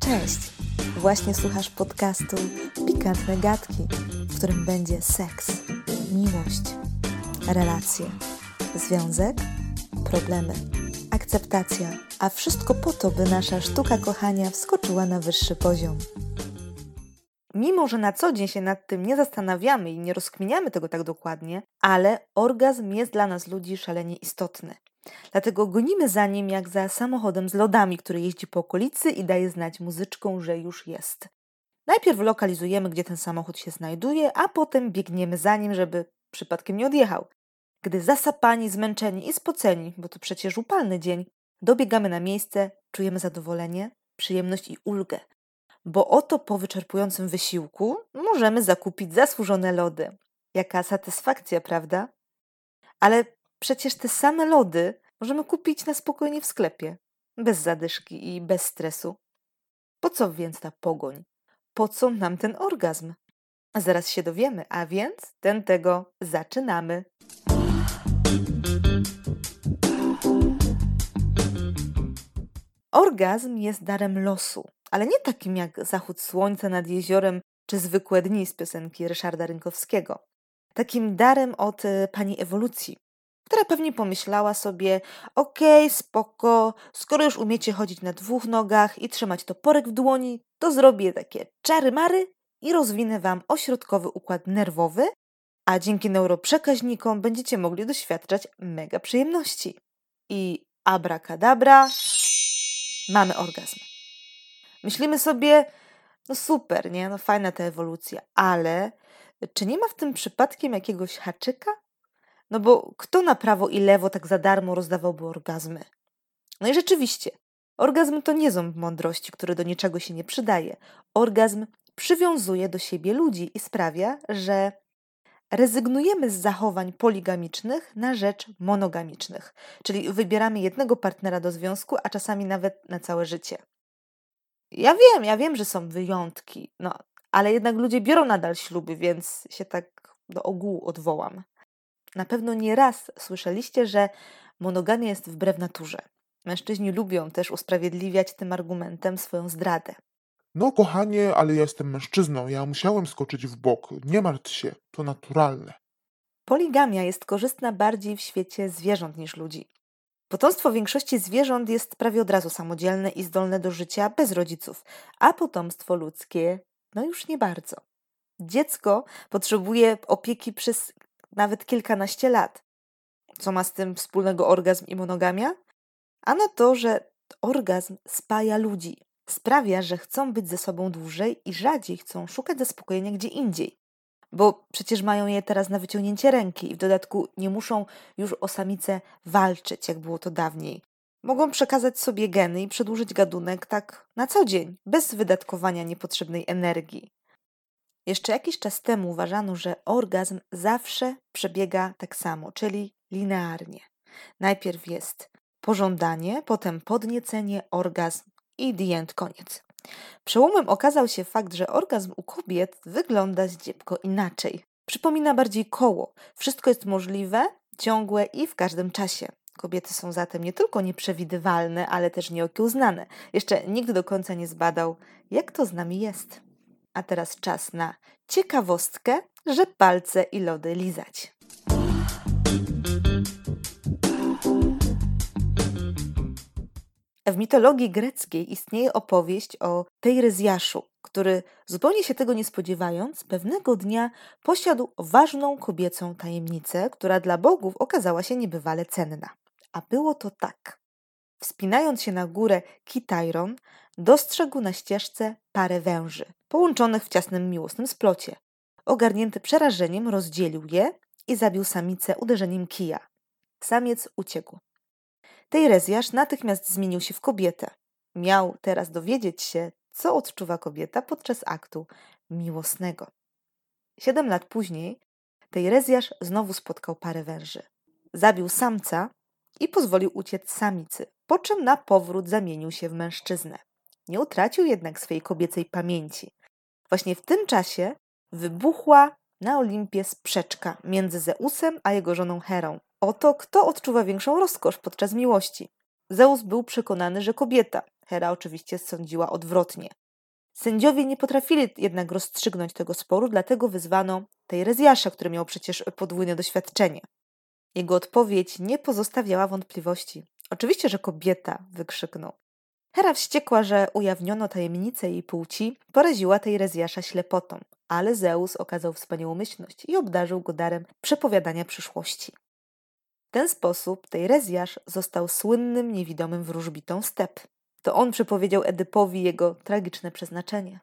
Cześć! Właśnie słuchasz podcastu Pikantne Gadki, w którym będzie seks, miłość, relacje, związek, problemy, akceptacja, a wszystko po to, by nasza sztuka kochania wskoczyła na wyższy poziom. Mimo że na co dzień się nad tym nie zastanawiamy i nie rozkminiamy tego tak dokładnie, ale orgazm jest dla nas ludzi szalenie istotny. Dlatego gonimy za nim jak za samochodem z lodami, który jeździ po okolicy i daje znać muzyczką, że już jest. Najpierw lokalizujemy, gdzie ten samochód się znajduje, a potem biegniemy za nim, żeby przypadkiem nie odjechał. Gdy zasapani, zmęczeni i spoceni, bo to przecież upalny dzień, dobiegamy na miejsce, czujemy zadowolenie, przyjemność i ulgę. Bo oto po wyczerpującym wysiłku możemy zakupić zasłużone lody. Jaka satysfakcja, prawda? Ale przecież te same lody możemy kupić na spokojnie w sklepie, bez zadyszki i bez stresu. Po co więc ta pogoń? Po co nam ten orgazm? Zaraz się dowiemy, a więc zaczynamy. Orgazm jest darem losu, ale nie takim jak zachód słońca nad jeziorem czy zwykłe dni z piosenki Ryszarda Rynkowskiego. Takim darem od pani ewolucji, która pewnie pomyślała sobie: okej, spoko, skoro już umiecie chodzić na dwóch nogach i trzymać toporek w dłoni, to zrobię takie czary-mary i rozwinę wam ośrodkowy układ nerwowy, a dzięki neuroprzekaźnikom będziecie mogli doświadczać mega przyjemności. I abracadabra, mamy orgazm. Myślimy sobie, no super, nie? No fajna ta ewolucja, ale czy nie ma w tym przypadkiem jakiegoś haczyka? No bo kto na prawo i lewo tak za darmo rozdawałby orgazmy? No i rzeczywiście, orgazm to nie ząb mądrości, który do niczego się nie przydaje. Orgazm przywiązuje do siebie ludzi i sprawia, że rezygnujemy z zachowań poligamicznych na rzecz monogamicznych, czyli wybieramy jednego partnera do związku, a czasami nawet na całe życie. Ja wiem, że są wyjątki, no, ale jednak ludzie biorą nadal śluby, więc się tak do ogółu odwołam. Na pewno nie raz słyszeliście, że monogamia jest wbrew naturze. Mężczyźni lubią też usprawiedliwiać tym argumentem swoją zdradę. No kochanie, ale ja jestem mężczyzną, ja musiałem skoczyć w bok. Nie martw się, to naturalne. Poligamia jest korzystna bardziej w świecie zwierząt niż ludzi. Potomstwo większości zwierząt jest prawie od razu samodzielne i zdolne do życia bez rodziców, a potomstwo ludzkie no już nie bardzo. Dziecko potrzebuje opieki przez nawet kilkanaście lat. Co ma z tym wspólnego orgazm i monogamia? Ano to, że orgazm spaja ludzi. Sprawia, że chcą być ze sobą dłużej i rzadziej chcą szukać zaspokojenia gdzie indziej. Bo przecież mają je teraz na wyciągnięcie ręki i w dodatku nie muszą już o samicę walczyć, jak było to dawniej. Mogą przekazać sobie geny i przedłużyć gadunek tak na co dzień, bez wydatkowania niepotrzebnej energii. Jeszcze jakiś czas temu uważano, że orgazm zawsze przebiega tak samo, czyli linearnie. Najpierw jest pożądanie, potem podniecenie, orgazm i the end, koniec. Przełomem okazał się fakt, że orgazm u kobiet wygląda zdziepko inaczej. Przypomina bardziej koło. Wszystko jest możliwe, ciągłe i w każdym czasie. Kobiety są zatem nie tylko nieprzewidywalne, ale też nieokiełznane. Jeszcze nikt do końca nie zbadał, jak to z nami jest. A teraz czas na ciekawostkę, że palce i lody lizać. W mitologii greckiej istnieje opowieść o Tejryzjaszu, który, zupełnie się tego nie spodziewając, pewnego dnia posiadł ważną kobiecą tajemnicę, która dla bogów okazała się niebywale cenna. A było to tak. Wspinając się na górę Kitairon, dostrzegł na ścieżce parę węży, połączonych w ciasnym miłosnym splocie. Ogarnięty przerażeniem rozdzielił je i zabił samicę uderzeniem kija. Samiec uciekł. Tejrezjasz natychmiast zmienił się w kobietę. Miał teraz dowiedzieć się, co odczuwa kobieta podczas aktu miłosnego. 7 lat później Tejrezjasz znowu spotkał parę węży. Zabił samca i pozwolił uciec samicy, po czym na powrót zamienił się w mężczyznę. Nie utracił jednak swej kobiecej pamięci. Właśnie w tym czasie wybuchła na Olimpie sprzeczka między Zeusem a jego żoną Herą. O to, kto odczuwa większą rozkosz podczas miłości. Zeus był przekonany, że kobieta, Hera oczywiście sądziła odwrotnie. Sędziowie nie potrafili jednak rozstrzygnąć tego sporu, dlatego wyzwano Teiresiasza, który miał przecież podwójne doświadczenie. Jego odpowiedź nie pozostawiała wątpliwości. Oczywiście, że kobieta, wykrzyknął. Hera wściekła, że ujawniono tajemnicę jej płci, poraziła Teiresiasza ślepotą, ale Zeus okazał wspaniałomyślność i obdarzył go darem przepowiadania przyszłości. W ten sposób Teiresiasz został słynnym niewidomym wróżbitą step. To on przepowiedział Edypowi jego tragiczne przeznaczenie.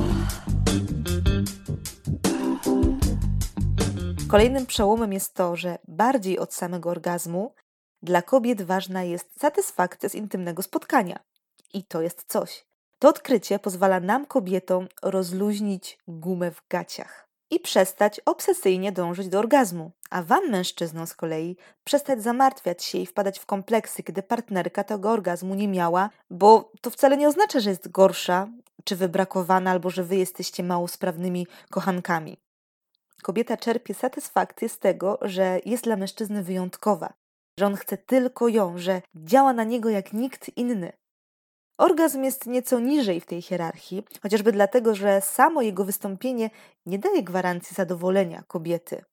Kolejnym przełomem jest to, że bardziej od samego orgazmu dla kobiet ważna jest satysfakcja z intymnego spotkania. I to jest coś. To odkrycie pozwala nam, kobietom, rozluźnić gumę w gaciach i przestać obsesyjnie dążyć do orgazmu. A wam, mężczyznom, z kolei przestać zamartwiać się i wpadać w kompleksy, kiedy partnerka tego orgazmu nie miała, bo to wcale nie oznacza, że jest gorsza, czy wybrakowana, albo że wy jesteście mało sprawnymi kochankami. Kobieta czerpie satysfakcję z tego, że jest dla mężczyzny wyjątkowa, że on chce tylko ją, że działa na niego jak nikt inny. Orgazm jest nieco niżej w tej hierarchii, chociażby dlatego, że samo jego wystąpienie nie daje gwarancji zadowolenia kobiety.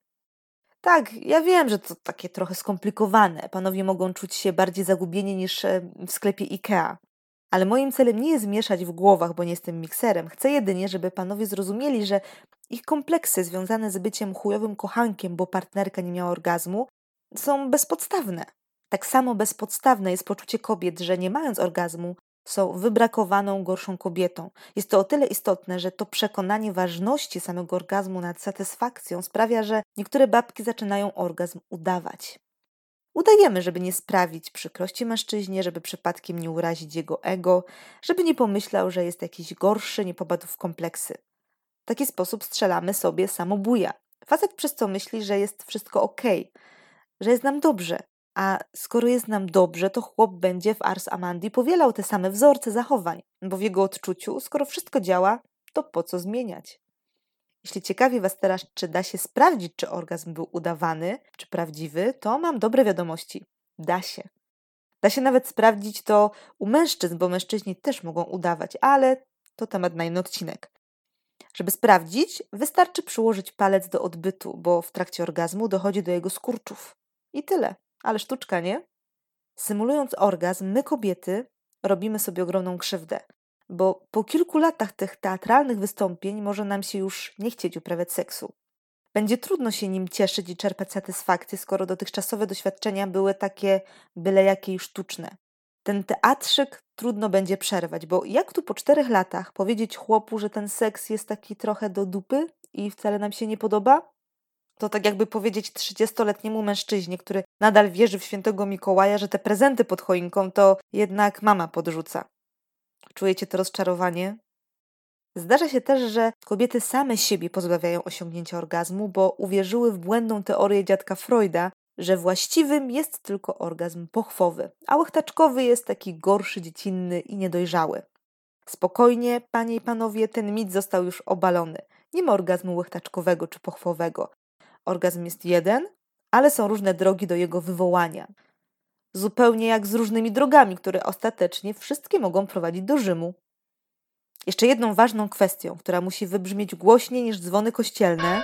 Tak, ja wiem, że to takie trochę skomplikowane. Panowie mogą czuć się bardziej zagubieni niż w sklepie IKEA. Ale moim celem nie jest mieszać w głowach, bo nie jestem mikserem. Chcę jedynie, żeby panowie zrozumieli, że ich kompleksy związane z byciem chujowym kochankiem, bo partnerka nie miała orgazmu, są bezpodstawne. Tak samo bezpodstawne jest poczucie kobiet, że nie mając orgazmu, są wybrakowaną, gorszą kobietą. Jest to o tyle istotne, że to przekonanie ważności samego orgazmu nad satysfakcją sprawia, że niektóre babki zaczynają orgazm udawać. Udajemy, żeby nie sprawić przykrości mężczyźnie, żeby przypadkiem nie urazić jego ego, żeby nie pomyślał, że jest jakiś gorszy, nie popadł w kompleksy. W taki sposób strzelamy sobie samobuja. Facet przez to myśli, że jest wszystko okej, że jest nam dobrze. A skoro jest nam dobrze, to chłop będzie w Ars Amandi powielał te same wzorce zachowań, bo w jego odczuciu, skoro wszystko działa, to po co zmieniać? Jeśli ciekawi was teraz, czy da się sprawdzić, czy orgazm był udawany, czy prawdziwy, to mam dobre wiadomości. Da się. Da się nawet sprawdzić to u mężczyzn, bo mężczyźni też mogą udawać, ale to temat na inny odcinek. Żeby sprawdzić, wystarczy przyłożyć palec do odbytu, bo w trakcie orgazmu dochodzi do jego skurczów. I tyle. Ale sztuczka, nie? Symulując orgazm, my, kobiety, robimy sobie ogromną krzywdę, bo po kilku latach tych teatralnych wystąpień może nam się już nie chcieć uprawiać seksu. Będzie trudno się nim cieszyć i czerpać satysfakcję, skoro dotychczasowe doświadczenia były takie byle jakie i sztuczne. Ten teatrzyk trudno będzie przerwać, bo jak tu po 4 latach powiedzieć chłopu, że ten seks jest taki trochę do dupy i wcale nam się nie podoba? To tak jakby powiedzieć 30-letniemu mężczyźnie, który nadal wierzy w świętego Mikołaja, że te prezenty pod choinką to jednak mama podrzuca. Czujecie to rozczarowanie? Zdarza się też, że kobiety same siebie pozbawiają osiągnięcia orgazmu, bo uwierzyły w błędną teorię dziadka Freuda, że właściwym jest tylko orgazm pochwowy, a łechtaczkowy jest taki gorszy, dziecinny i niedojrzały. Spokojnie, panie i panowie, ten mit został już obalony. Nie ma orgazmu łechtaczkowego czy pochwowego. Orgazm jest jeden, ale są różne drogi do jego wywołania. Zupełnie jak z różnymi drogami, które ostatecznie wszystkie mogą prowadzić do Rzymu. Jeszcze jedną ważną kwestią, która musi wybrzmieć głośniej niż dzwony kościelne,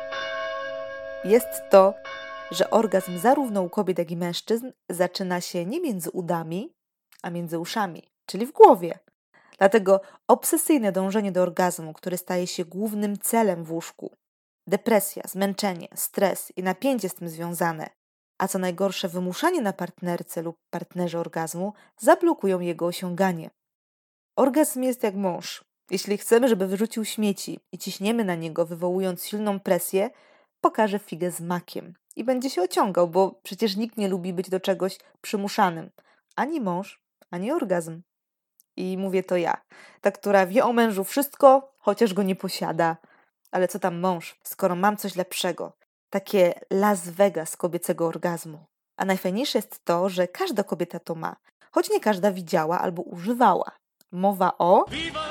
jest to, że orgazm zarówno u kobiet, jak i mężczyzn zaczyna się nie między udami, a między uszami, czyli w głowie. Dlatego obsesyjne dążenie do orgazmu, który staje się głównym celem w łóżku, depresja, zmęczenie, stres i napięcie z tym związane, a co najgorsze wymuszanie na partnerce lub partnerze orgazmu zablokują jego osiąganie. Orgazm jest jak mąż. Jeśli chcemy, żeby wyrzucił śmieci i ciśniemy na niego, wywołując silną presję, pokaże figę z makiem i będzie się ociągał, bo przecież nikt nie lubi być do czegoś przymuszanym. Ani mąż, ani orgazm. I mówię to ja, ta, która wie o mężu wszystko, chociaż go nie posiada. Ale co tam mąż, skoro mam coś lepszego? Takie Las Vegas kobiecego orgazmu. A najfajniejsze jest to, że każda kobieta to ma, choć nie każda widziała albo używała. Mowa o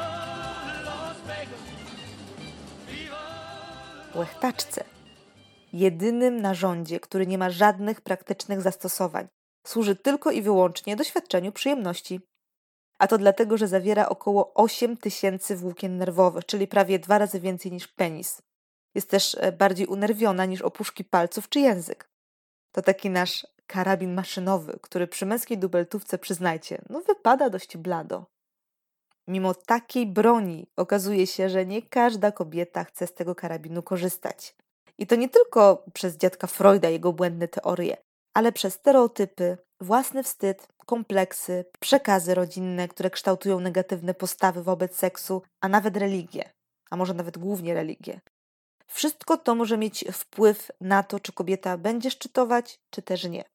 łechtaczce. Jedynym narządzie, który nie ma żadnych praktycznych zastosowań. Służy tylko i wyłącznie doświadczeniu przyjemności. A to dlatego, że zawiera około 8 000 włókien nerwowych, czyli prawie 2 razy więcej niż penis. Jest też bardziej unerwiona niż opuszki palców czy język. To taki nasz karabin maszynowy, który przy męskiej dubeltówce, przyznajcie, wypada dość blado. Mimo takiej broni okazuje się, że nie każda kobieta chce z tego karabinu korzystać. I to nie tylko przez dziadka Freuda i jego błędne teorie, ale przez stereotypy, własny wstyd, kompleksy, przekazy rodzinne, które kształtują negatywne postawy wobec seksu, a nawet religię, a może nawet głównie religię. Wszystko to może mieć wpływ na to, czy kobieta będzie szczytować, czy też nie.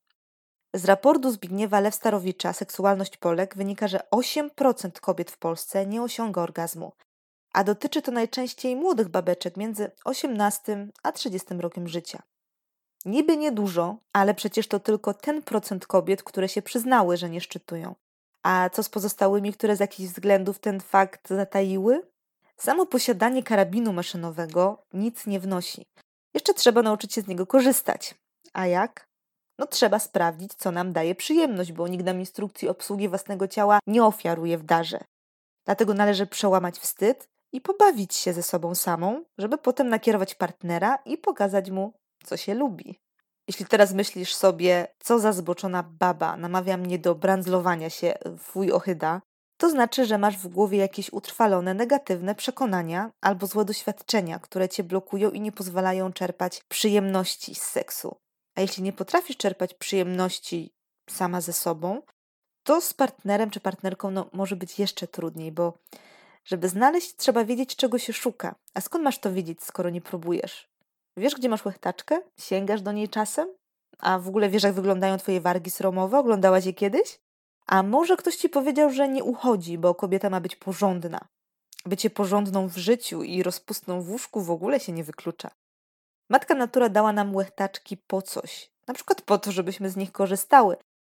Z raportu Zbigniewa Lewstarowicza Seksualność Polek wynika, że 8% kobiet w Polsce nie osiąga orgazmu, a dotyczy to najczęściej młodych babeczek między 18 a 30 rokiem życia. Niby niedużo, ale przecież to tylko ten procent kobiet, które się przyznały, że nie szczytują. A co z pozostałymi, które z jakichś względów ten fakt zataiły? Samo posiadanie karabinu maszynowego nic nie wnosi. Jeszcze trzeba nauczyć się z niego korzystać. A jak? Trzeba sprawdzić, co nam daje przyjemność, bo nikt nam instrukcji obsługi własnego ciała nie ofiaruje w darze. Dlatego należy przełamać wstyd i pobawić się ze sobą samą, żeby potem nakierować partnera i pokazać mu, co się lubi. Jeśli teraz myślisz sobie, co za zboczona baba namawia mnie do brandzlowania się, wuj ochyda, to znaczy, że masz w głowie jakieś utrwalone, negatywne przekonania albo złe doświadczenia, które cię blokują i nie pozwalają czerpać przyjemności z seksu. A jeśli nie potrafisz czerpać przyjemności sama ze sobą, to z partnerem czy partnerką może być jeszcze trudniej, bo żeby znaleźć, trzeba wiedzieć, czego się szuka. A skąd masz to wiedzieć, skoro nie próbujesz? Wiesz, gdzie masz łechtaczkę? Sięgasz do niej czasem? A w ogóle wiesz, jak wyglądają twoje wargi sromowe? Oglądałaś je kiedyś? A może ktoś ci powiedział, że nie uchodzi, bo kobieta ma być porządna. Bycie porządną w życiu i rozpustną w łóżku w ogóle się nie wyklucza. Matka natura dała nam łechtaczki po coś. Na przykład po to, żebyśmy z nich korzystały.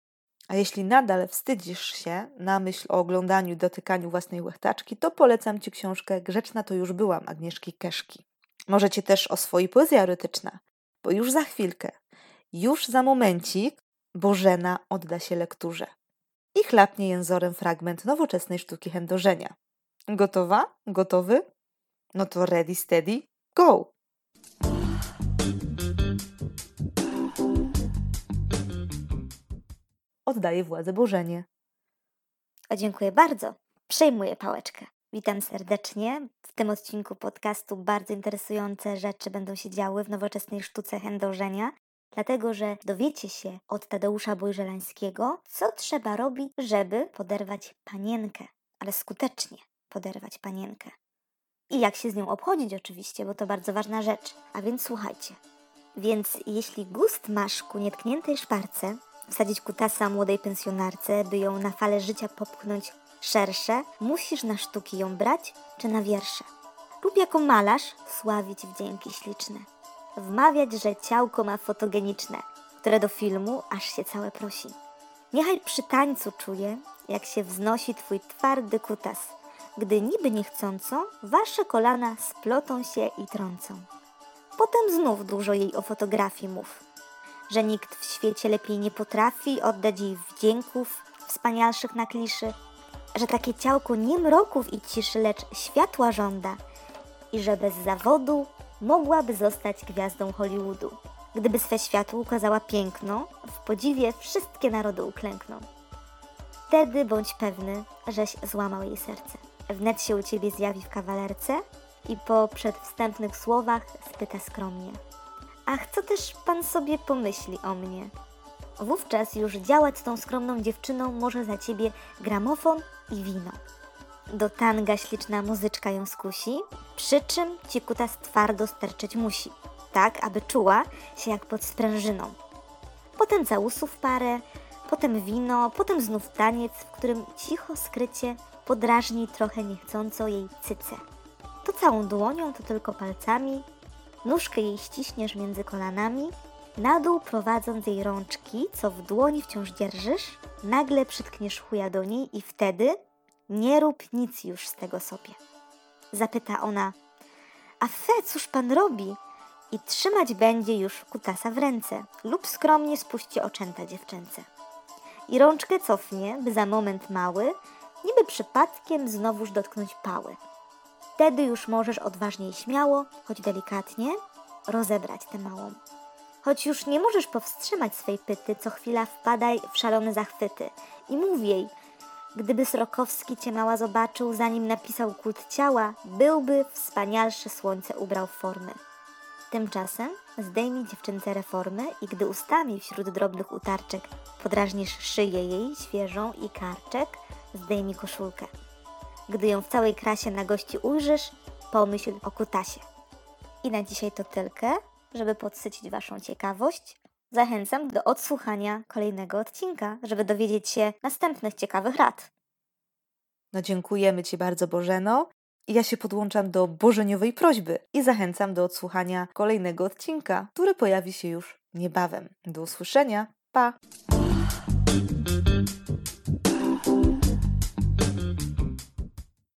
A jeśli nadal wstydzisz się na myśl o oglądaniu i dotykaniu własnej łechtaczki, to polecam ci książkę Grzeczna to już byłam Agnieszki Keszki. Może cię też oswoi poezja erotyczna, bo już za chwilkę, już za momencik Bożena odda się lekturze i chlapnie jęzorem fragment nowoczesnej sztuki chędożenia. Gotowa? Gotowy? No to ready, steady, go! Oddaję władzę Bożenie. Dziękuję bardzo. Przejmuję pałeczkę. Witam serdecznie. W tym odcinku podcastu bardzo interesujące rzeczy będą się działy w nowoczesnej sztuce chędożenia, dlatego że dowiecie się od Tadeusza Bojżelańskiego, co trzeba robić, żeby poderwać panienkę, ale skutecznie poderwać panienkę. I jak się z nią obchodzić oczywiście, bo to bardzo ważna rzecz. A więc słuchajcie. Więc jeśli gust masz ku nietkniętej szparce, wsadzić kutasa młodej pensjonarce, by ją na fale życia popchnąć szersze, musisz na sztuki ją brać, czy na wiersze. Lub jako malarz sławić wdzięki śliczne. Wmawiać, że ciałko ma fotogeniczne, które do filmu aż się całe prosi. Niechaj przy tańcu czuje, jak się wznosi twój twardy kutas, gdy niby niechcąco wasze kolana splotą się i trącą. Potem znów dużo jej o fotografii mów, że nikt w świecie lepiej nie potrafi oddać jej wdzięków wspanialszych na kliszy, że takie ciałko nie mroków i ciszy, lecz światła żąda i że bez zawodu mogłaby zostać gwiazdą Hollywoodu. Gdyby swe światło ukazała piękno, w podziwie wszystkie narody uklękną. Wtedy bądź pewny, żeś złamał jej serce. Wnet się u ciebie zjawi w kawalerce i po przedwstępnych słowach spyta skromnie: ach, co też pan sobie pomyśli o mnie? Wówczas już działać z tą skromną dziewczyną może za ciebie gramofon i wino. Do tanga śliczna muzyczka ją skusi, przy czym ci kutas twardo sterczeć musi, tak aby czuła się jak pod sprężyną. Potem całusów parę, potem wino, potem znów taniec, w którym cicho skrycie podrażni trochę niechcąco jej cycę. To całą dłonią, to tylko palcami, nóżkę jej ściśniesz między kolanami, na dół prowadząc jej rączki, co w dłoni wciąż dzierżysz, nagle przytkniesz chuja do niej i wtedy nie rób nic już z tego sobie. Zapyta ona: a fe, cóż pan robi? I trzymać będzie już kutasa w ręce lub skromnie spuści oczęta dziewczęce. I rączkę cofnie, by za moment mały niby przypadkiem znowuż dotknąć pały. Wtedy już możesz odważnie i śmiało, choć delikatnie, rozebrać tę małą. Choć już nie możesz powstrzymać swej pyty, co chwila wpadaj w szalone zachwyty i mów jej, gdyby Srokowski cię mała zobaczył, zanim napisał kult ciała, byłby wspanialsze słońce ubrał formy. Tymczasem zdejmij dziewczynce reformy i gdy ustami wśród drobnych utarczek podrażnisz szyję jej świeżą i karczek, zdejmij koszulkę. Gdy ją w całej krasie na gości ujrzysz, pomyśl o kutasie. I na dzisiaj to tyle. Żeby podsycić Waszą ciekawość, zachęcam do odsłuchania kolejnego odcinka, żeby dowiedzieć się następnych ciekawych rad. No dziękujemy Ci bardzo, Bożeno. I ja się podłączam do bożeniowej prośby i zachęcam do odsłuchania kolejnego odcinka, który pojawi się już niebawem. Do usłyszenia. Pa!